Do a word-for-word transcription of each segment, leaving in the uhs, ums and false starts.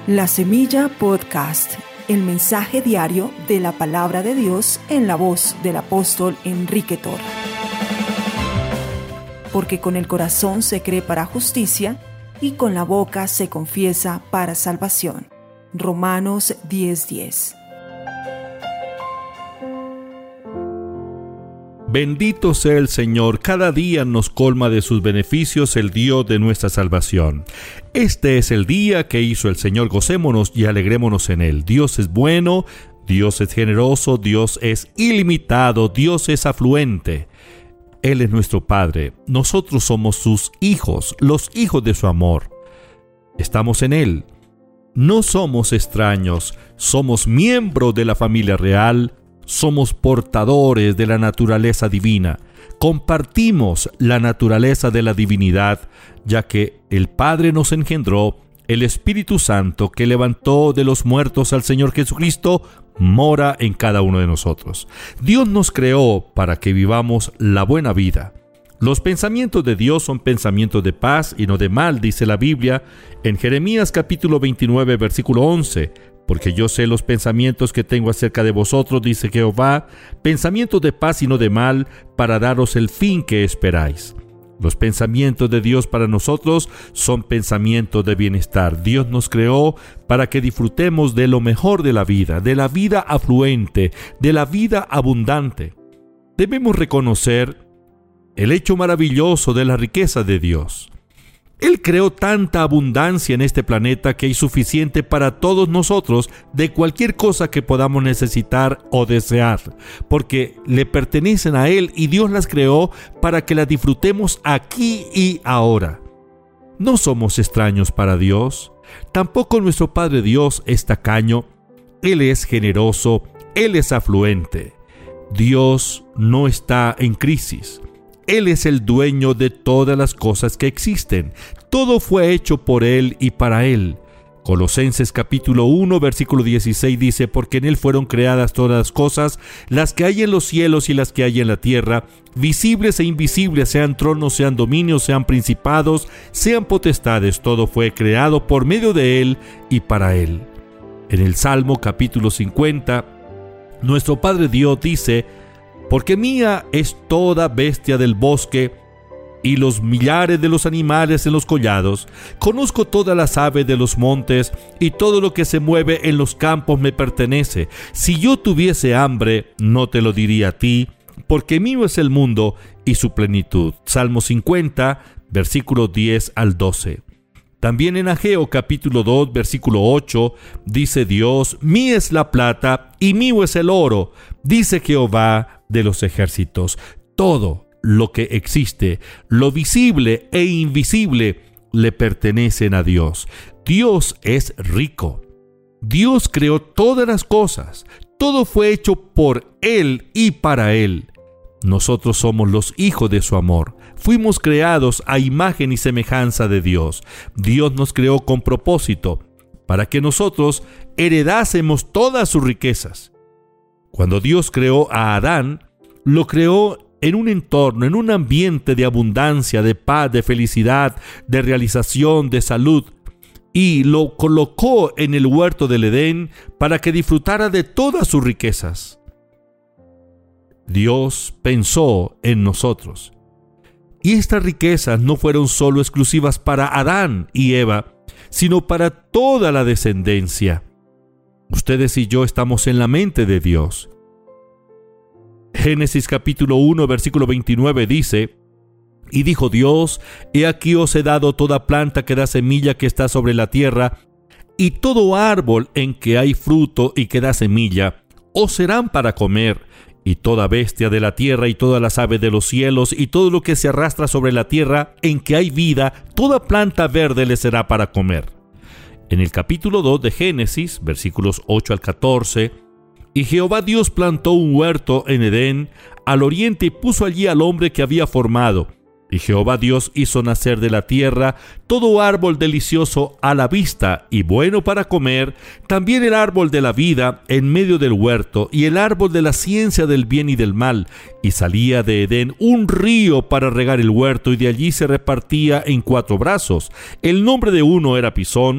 La Semilla Podcast, el mensaje diario de la palabra de Dios en la voz del apóstol Enrique Torra. Porque con el corazón se cree para justicia y con la boca se confiesa para salvación. Romanos diez diez. Bendito sea el Señor, cada día nos colma de sus beneficios el Dios de nuestra salvación. Este es el día que hizo el Señor, gocémonos y alegrémonos en Él. Dios es bueno, Dios es generoso, Dios es ilimitado, Dios es afluente. Él es nuestro Padre, nosotros somos sus hijos, los hijos de su amor. Estamos en Él. No somos extraños, somos miembros de la familia real. Somos portadores de la naturaleza divina. Compartimos la naturaleza de la divinidad, ya que el Padre nos engendró, el Espíritu Santo que levantó de los muertos al Señor Jesucristo, mora en cada uno de nosotros. Dios nos creó para que vivamos la buena vida. Los pensamientos de Dios son pensamientos de paz y no de mal, dice la Biblia en Jeremías capítulo veintinueve, versículo once. Porque yo sé los pensamientos que tengo acerca de vosotros, dice Jehová, pensamientos de paz y no de mal, para daros el fin que esperáis. Los pensamientos de Dios para nosotros son pensamientos de bienestar. Dios nos creó para que disfrutemos de lo mejor de la vida, de la vida afluente, de la vida abundante. Debemos reconocer el hecho maravilloso de la riqueza de Dios. Él creó tanta abundancia en este planeta que hay suficiente para todos nosotros de cualquier cosa que podamos necesitar o desear, porque le pertenecen a Él y Dios las creó para que las disfrutemos aquí y ahora. No somos extraños para Dios, tampoco nuestro Padre Dios es tacaño. Él es generoso, Él es afluente. Dios no está en crisis. Él es el dueño de todas las cosas que existen. Todo fue hecho por Él y para Él. Colosenses capítulo uno, versículo dieciséis dice, porque en Él fueron creadas todas las cosas, las que hay en los cielos y las que hay en la tierra, visibles e invisibles, sean tronos, sean dominios, sean principados, sean potestades, todo fue creado por medio de Él y para Él. En el Salmo capítulo cincuenta, nuestro Padre Dios dice, porque mía es toda bestia del bosque y los millares de los animales en los collados. Conozco todas las aves de los montes y todo lo que se mueve en los campos me pertenece. Si yo tuviese hambre, no te lo diría a ti, porque mío es el mundo y su plenitud. Salmo cincuenta, versículos diez al doce. También en Ageo capítulo dos, versículo ocho, dice Dios, mía es la plata y mío es el oro, dice Jehová de los ejércitos. Todo lo que existe, lo visible e invisible, le pertenecen a Dios. Dios es rico. Dios creó todas las cosas. Todo fue hecho por Él y para Él. Nosotros somos los hijos de su amor. Fuimos creados a imagen y semejanza de Dios. Dios nos creó con propósito, para que nosotros heredásemos todas sus riquezas. Cuando Dios creó a Adán, lo creó en un entorno, en un ambiente de abundancia, de paz, de felicidad, de realización, de salud, y lo colocó en el huerto del Edén para que disfrutara de todas sus riquezas. Dios pensó en nosotros. Y estas riquezas no fueron solo exclusivas para Adán y Eva, sino para toda la descendencia. Ustedes y yo estamos en la mente de Dios. Génesis capítulo uno, versículo veintinueve dice, y dijo Dios, he aquí os he dado toda planta que da semilla que está sobre la tierra, y todo árbol en que hay fruto y que da semilla, os serán para comer, y toda bestia de la tierra y todas las aves de los cielos y todo lo que se arrastra sobre la tierra en que hay vida, toda planta verde le será para comer. En el capítulo dos de Génesis, versículos ocho al catorce, y Jehová Dios plantó un huerto en Edén al oriente y puso allí al hombre que había formado. Y Jehová Dios hizo nacer de la tierra todo árbol delicioso a la vista y bueno para comer, también el árbol de la vida en medio del huerto y el árbol de la ciencia del bien y del mal. Y salía de Edén un río para regar el huerto y de allí se repartía en cuatro brazos. El nombre de uno era Pisón,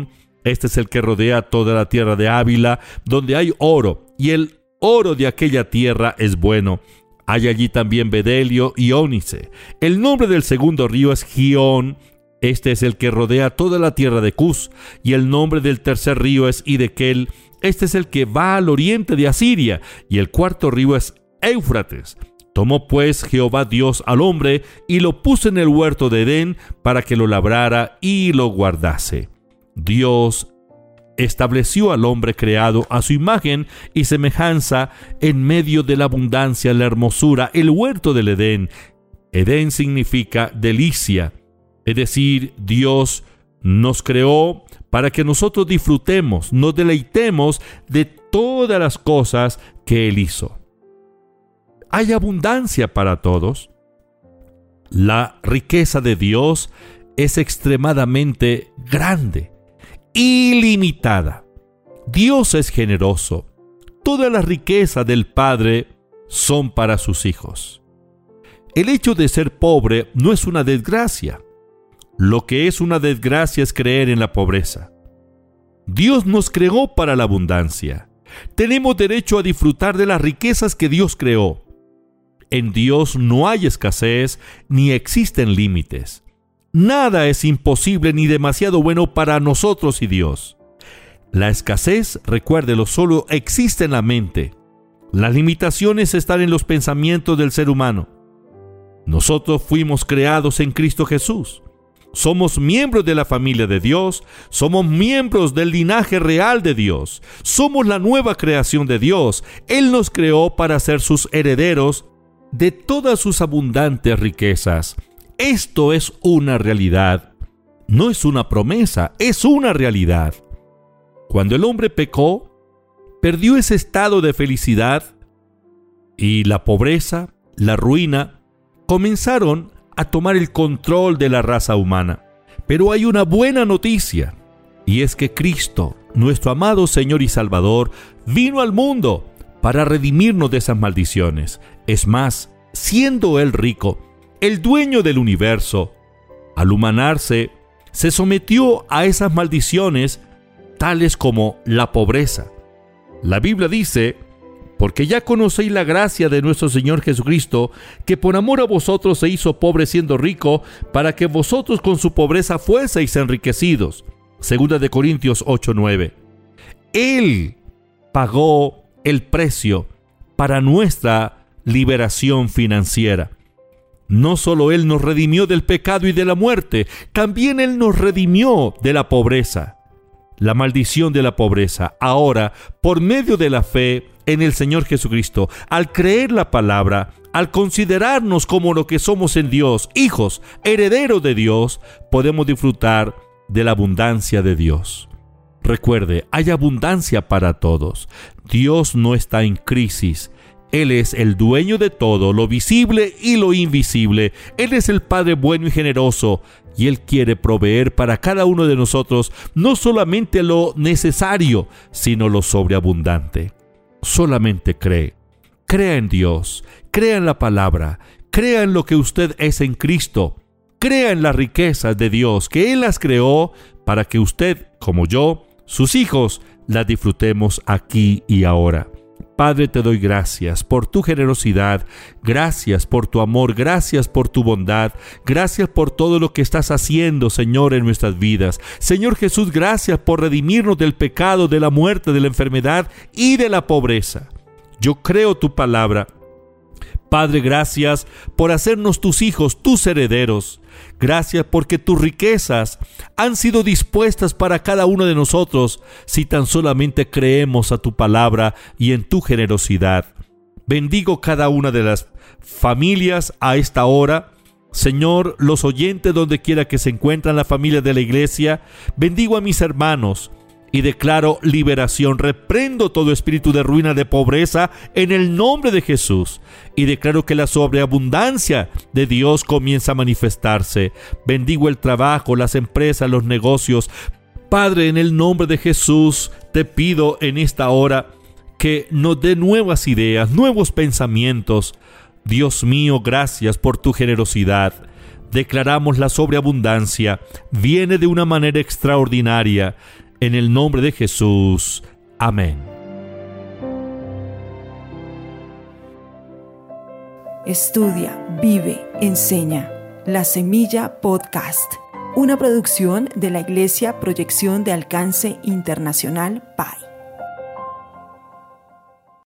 Este es el que rodea toda la tierra de Ávila, donde hay oro, y el oro de aquella tierra es bueno. Hay allí también bedelio y ónice. El nombre del segundo río es Gihón. Este es el que rodea toda la tierra de Cus. Y el nombre del tercer río es Hidekel. Este es el que va al oriente de Asiria. Y el cuarto río es Éufrates. Tomó pues Jehová Dios al hombre y lo puso en el huerto de Edén para que lo labrara y lo guardase. Dios estableció al hombre creado a su imagen y semejanza en medio de la abundancia, la hermosura, el huerto del Edén. Edén significa delicia, es decir, Dios nos creó para que nosotros disfrutemos, nos deleitemos de todas las cosas que Él hizo. Hay abundancia para todos. La riqueza de Dios es extremadamente grande, ilimitada. Dios es generoso. Todas las riquezas del Padre son para sus hijos. El hecho de ser pobre no es una desgracia. Lo que es una desgracia es creer en la pobreza. Dios nos creó para la abundancia. Tenemos derecho a disfrutar de las riquezas que Dios creó. En Dios no hay escasez ni existen límites. Nada es imposible ni demasiado bueno para nosotros y Dios. La escasez, recuérdelo, solo existe en la mente. Las limitaciones están en los pensamientos del ser humano. Nosotros fuimos creados en Cristo Jesús. Somos miembros de la familia de Dios, somos miembros del linaje real de Dios, somos la nueva creación de Dios. Él nos creó para ser sus herederos de todas sus abundantes riquezas. Esto es una realidad, no es una promesa, es una realidad. Cuando el hombre pecó, perdió ese estado de felicidad y la pobreza, la ruina, comenzaron a tomar el control de la raza humana. Pero hay una buena noticia, y es que Cristo, nuestro amado Señor y Salvador, vino al mundo para redimirnos de esas maldiciones. Es más, siendo Él rico, el dueño del universo, al humanarse, se sometió a esas maldiciones, tales como la pobreza. La Biblia dice: porque ya conocéis la gracia de nuestro Señor Jesucristo, que por amor a vosotros se hizo pobre siendo rico, para que vosotros con su pobreza fueseis enriquecidos. Segunda de Corintios ocho nueve. Él pagó el precio para nuestra liberación financiera. No solo Él nos redimió del pecado y de la muerte, también Él nos redimió de la pobreza, la maldición de la pobreza. Ahora, por medio de la fe en el Señor Jesucristo, al creer la palabra, al considerarnos como lo que somos en Dios, hijos, herederos de Dios, podemos disfrutar de la abundancia de Dios. Recuerde, hay abundancia para todos. Dios no está en crisis. Él es el dueño de todo, lo visible y lo invisible. Él es el Padre bueno y generoso, y Él quiere proveer para cada uno de nosotros no solamente lo necesario, sino lo sobreabundante. Solamente cree. Crea en Dios, crea en la palabra, crea en lo que usted es en Cristo, crea en las riquezas de Dios, que Él las creó para que usted, como yo, sus hijos, las disfrutemos aquí y ahora. Padre, te doy gracias por tu generosidad, gracias por tu amor, gracias por tu bondad, gracias por todo lo que estás haciendo, Señor, en nuestras vidas. Señor Jesús, gracias por redimirnos del pecado, de la muerte, de la enfermedad y de la pobreza. Yo creo tu palabra. Padre, gracias por hacernos tus hijos, tus herederos. Gracias porque tus riquezas han sido dispuestas para cada uno de nosotros si tan solamente creemos a tu palabra y en tu generosidad. Bendigo cada una de las familias a esta hora. Señor, los oyentes donde quiera que se encuentran, la familia de la iglesia, bendigo a mis hermanos y declaro liberación. Reprendo todo espíritu de ruina, de pobreza, en el nombre de Jesús. Y declaro que la sobreabundancia de Dios comienza a manifestarse. Bendigo el trabajo, las empresas, los negocios. Padre, en el nombre de Jesús, te pido en esta hora que nos dé nuevas ideas, nuevos pensamientos. Dios mío, gracias por tu generosidad. Declaramos la sobreabundancia. Viene de una manera extraordinaria. En el nombre de Jesús. Amén. Estudia, vive, enseña. La Semilla Podcast. Una producción de la Iglesia Proyección de Alcance Internacional P A I.